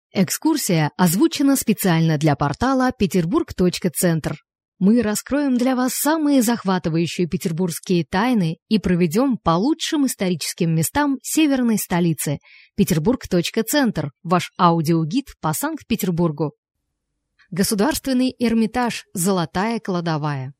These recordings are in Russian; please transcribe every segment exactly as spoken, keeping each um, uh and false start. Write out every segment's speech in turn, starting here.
Экскурсия озвучена специально для портала петербург точка центр. Мы раскроем для вас самые захватывающие петербургские тайны и проведем по лучшим историческим местам северной столицы. петербург точка центр – ваш аудиогид по Санкт-Петербургу. Государственный Эрмитаж «Золотая кладовая».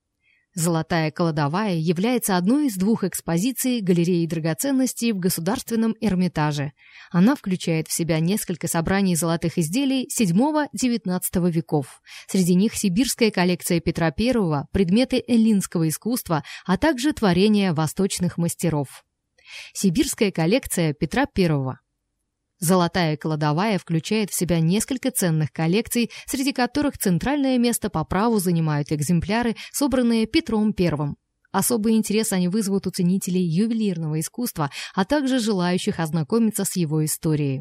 Золотая кладовая является одной из двух экспозиций галереи драгоценностей в Государственном Эрмитаже. Она включает в себя несколько собраний золотых изделий седьмого-девятнадцатого веков. Среди них сибирская коллекция Петра Первого, предметы эллинского искусства, а также творения восточных мастеров. Сибирская коллекция Петра Первого. Золотая кладовая включает в себя несколько ценных коллекций, среди которых центральное место по праву занимают экземпляры, собранные Петром Первым. Особый интерес они вызовут у ценителей ювелирного искусства, а также желающих ознакомиться с его историей.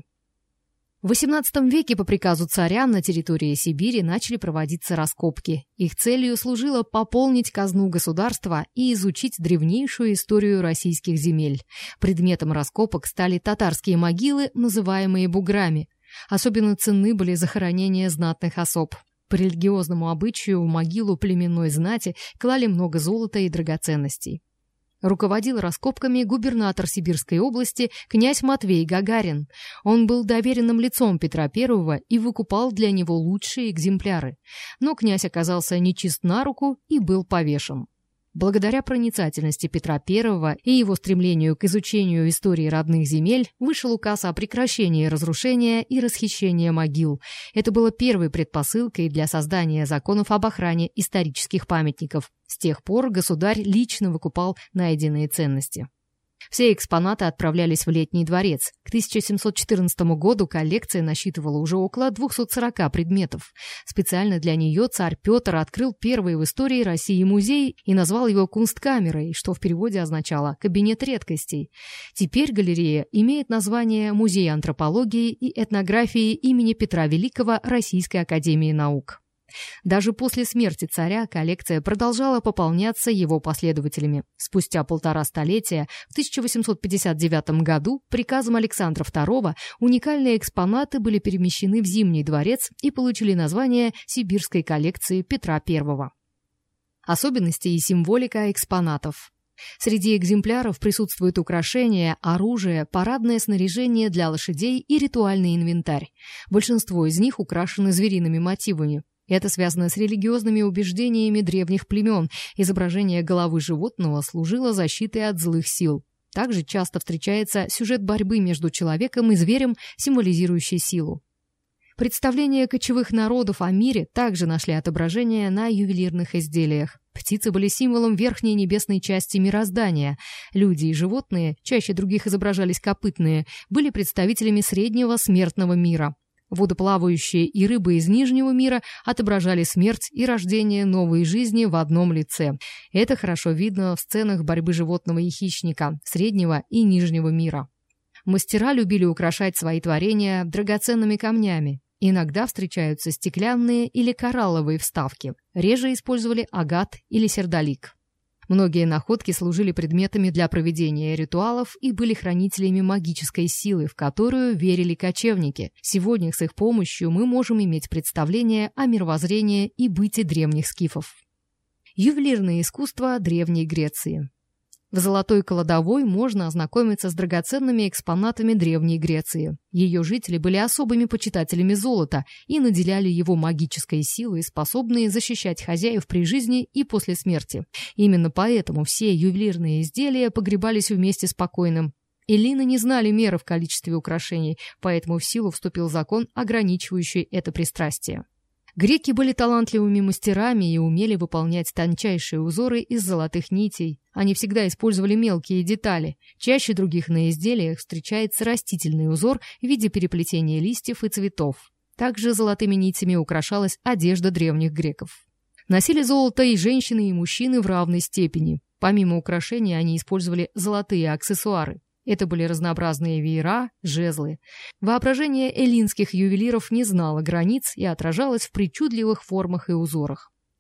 В восемнадцатом веке по приказу царя на территории Сибири начали проводиться раскопки. Их целью служило пополнить казну государства и изучить древнейшую историю российских земель. Предметом раскопок стали татарские могилы, называемые буграми. Особенно ценны были захоронения знатных особ. По религиозному обычаю в могилу племенной знати клали много золота и драгоценностей. Руководил раскопками губернатор Сибирской области князь Матвей Гагарин. Он был доверенным лицом Петра Первого и выкупал для него лучшие экземпляры. Но князь оказался нечист на руку и был повешен. Благодаря проницательности Петра Первого и его стремлению к изучению истории родных земель вышел указ о прекращении разрушения и расхищения могил. Это было первой предпосылкой для создания законов об охране исторических памятников. С тех пор государь лично выкупал найденные ценности. Все экспонаты отправлялись в Летний дворец. К тысяча семьсот четырнадцатому году коллекция насчитывала уже около двухсот сорока предметов. Специально для нее царь Петр открыл первый в истории России музей и назвал его Кунсткамерой, что в переводе означало «кабинет редкостей». Теперь галерея имеет название «Музей антропологии и этнографии имени Петра Великого Российской академии наук». Даже после смерти царя коллекция продолжала пополняться его последователями. Спустя полтора столетия, в тысяча восемьсот пятьдесят девятом году, приказом Александра Второго уникальные экспонаты были перемещены в Зимний дворец и получили название Сибирской коллекции Петра Первого. Особенности и символика экспонатов. Среди экземпляров присутствуют украшения, оружие, парадное снаряжение для лошадей и ритуальный инвентарь. Большинство из них украшены звериными мотивами. Это связано с религиозными убеждениями древних племен. Изображение головы животного служило защитой от злых сил. Также часто встречается сюжет борьбы между человеком и зверем, символизирующий силу. Представления кочевых народов о мире также нашли отображение на ювелирных изделиях. Птицы были символом верхней небесной части мироздания. Люди и животные, чаще других изображались копытные, были представителями среднего смертного мира. Водоплавающие и рыбы из нижнего мира отображали смерть и рождение новой жизни в одном лице. Это хорошо видно в сценах борьбы животного и хищника, среднего и нижнего мира. Мастера любили украшать свои творения драгоценными камнями. Иногда встречаются стеклянные или коралловые вставки. Реже использовали агат или сердолик. Многие находки служили предметами для проведения ритуалов и были хранителями магической силы, в которую верили кочевники. Сегодня с их помощью мы можем иметь представление о мировоззрении и быте древних скифов. Ювелирное искусство Древней Греции. В Золотой кладовой можно ознакомиться с драгоценными экспонатами Древней Греции. Ее жители были особыми почитателями золота и наделяли его магической силой, способной защищать хозяев при жизни и после смерти. Именно поэтому все ювелирные изделия погребались вместе с покойным. Эллины не знали меры в количестве украшений, поэтому в силу вступил закон, ограничивающий это пристрастие. Греки были талантливыми мастерами и умели выполнять тончайшие узоры из золотых нитей. Они всегда использовали мелкие детали. Чаще других на изделиях встречается растительный узор в виде переплетения листьев и цветов. Также золотыми нитями украшалась одежда древних греков. Носили золото и женщины, и мужчины в равной степени. Помимо украшений они использовали золотые аксессуары. Это были разнообразные веера, жезлы. Воображение эллинских ювелиров не знало границ и отражалось в причудливых формах и узорах.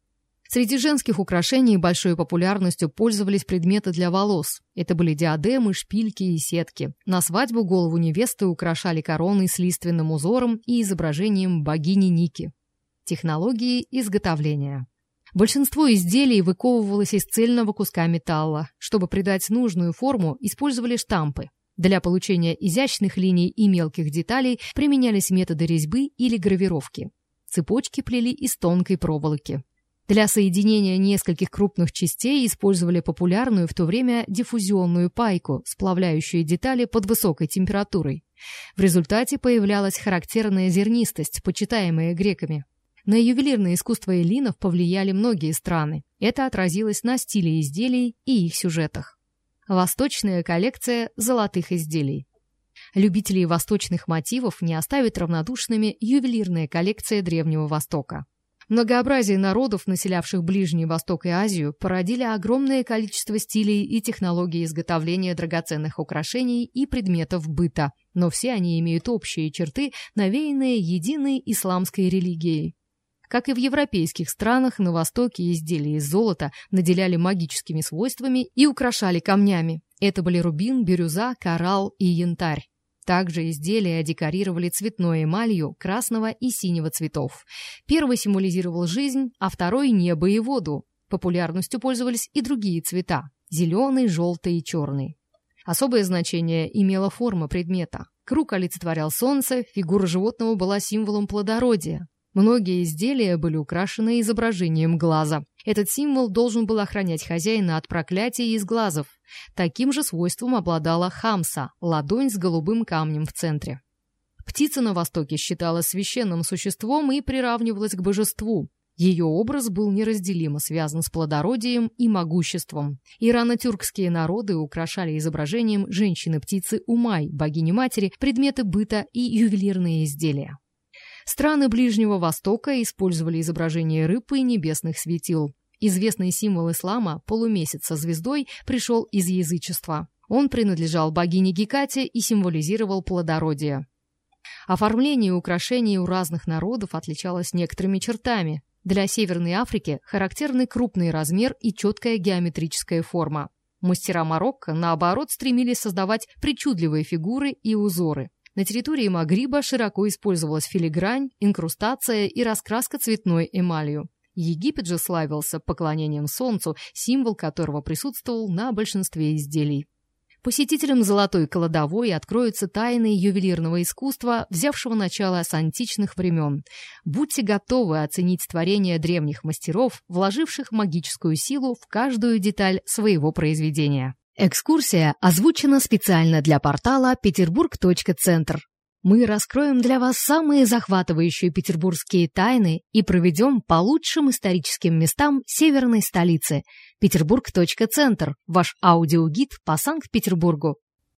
Среди женских украшений большой популярностью пользовались предметы для волос. Это были диадемы, шпильки и сетки. На свадьбу голову невесты украшали короной с лиственным узором и изображением богини Ники. Технологии изготовления. Большинство изделий выковывалось из цельного куска металла. Чтобы придать нужную форму, использовали штампы. Для получения изящных линий и мелких деталей применялись методы резьбы или гравировки. Цепочки плели из тонкой проволоки. Для соединения нескольких крупных частей использовали популярную в то время диффузионную пайку, сплавляющую детали под высокой температурой. В результате появлялась характерная зернистость, почитаемая греками. На ювелирное искусство эллинов повлияли многие страны. Это отразилось на стиле изделий и их сюжетах. Восточная коллекция золотых изделий. Любителей восточных мотивов не оставит равнодушными ювелирная коллекция Древнего Востока. Многообразие народов, населявших Ближний Восток и Азию, породили огромное количество стилей и технологий изготовления драгоценных украшений и предметов быта, но все они имеют общие черты, навеянные единой исламской религией. Как и в европейских странах, на Востоке изделия из золота наделяли магическими свойствами и украшали камнями. Это были рубин, бирюза, коралл и янтарь. Также изделия декорировали цветной эмалью красного и синего цветов. Первый символизировал жизнь, а второй — небо и воду. Популярностью пользовались и другие цвета – зеленый, желтый и черный. Особое значение имела форма предмета. Круг олицетворял солнце, фигура животного была символом плодородия. Многие изделия были украшены изображением глаза. Этот символ должен был охранять хозяина от проклятий из глазов. Таким же свойством обладала хамса – ладонь с голубым камнем в центре. Птица на Востоке считалась священным существом и приравнивалась к божеству. Ее образ был неразделимо связан с плодородием и могуществом. Ирано-тюркские народы украшали изображением женщины-птицы Умай, богини-матери, предметы быта и ювелирные изделия. Страны Ближнего Востока использовали изображение рыб и небесных светил. Известный символ ислама, полумесяц со звездой, пришел из язычества. Он принадлежал богине Гекате и символизировал плодородие. Оформление украшений у разных народов отличалось некоторыми чертами. Для Северной Африки характерны крупный размер и четкая геометрическая форма. Мастера Марокко, наоборот, стремились создавать причудливые фигуры и узоры. На территории Магриба широко использовалась филигрань, инкрустация и раскраска цветной эмалью. Египет же славился поклонением солнцу, символ которого присутствовал на большинстве изделий. Посетителям золотой кладовой откроются тайны ювелирного искусства, взявшего начало с античных времен. Будьте готовы оценить творения древних мастеров, вложивших магическую силу в каждую деталь своего произведения. Экскурсия озвучена специально для портала петербург точка центр. Мы раскроем для вас самые захватывающие петербургские тайны и проведем по лучшим историческим местам северной столицы. петербург точка центр – ваш аудиогид по Санкт-Петербургу.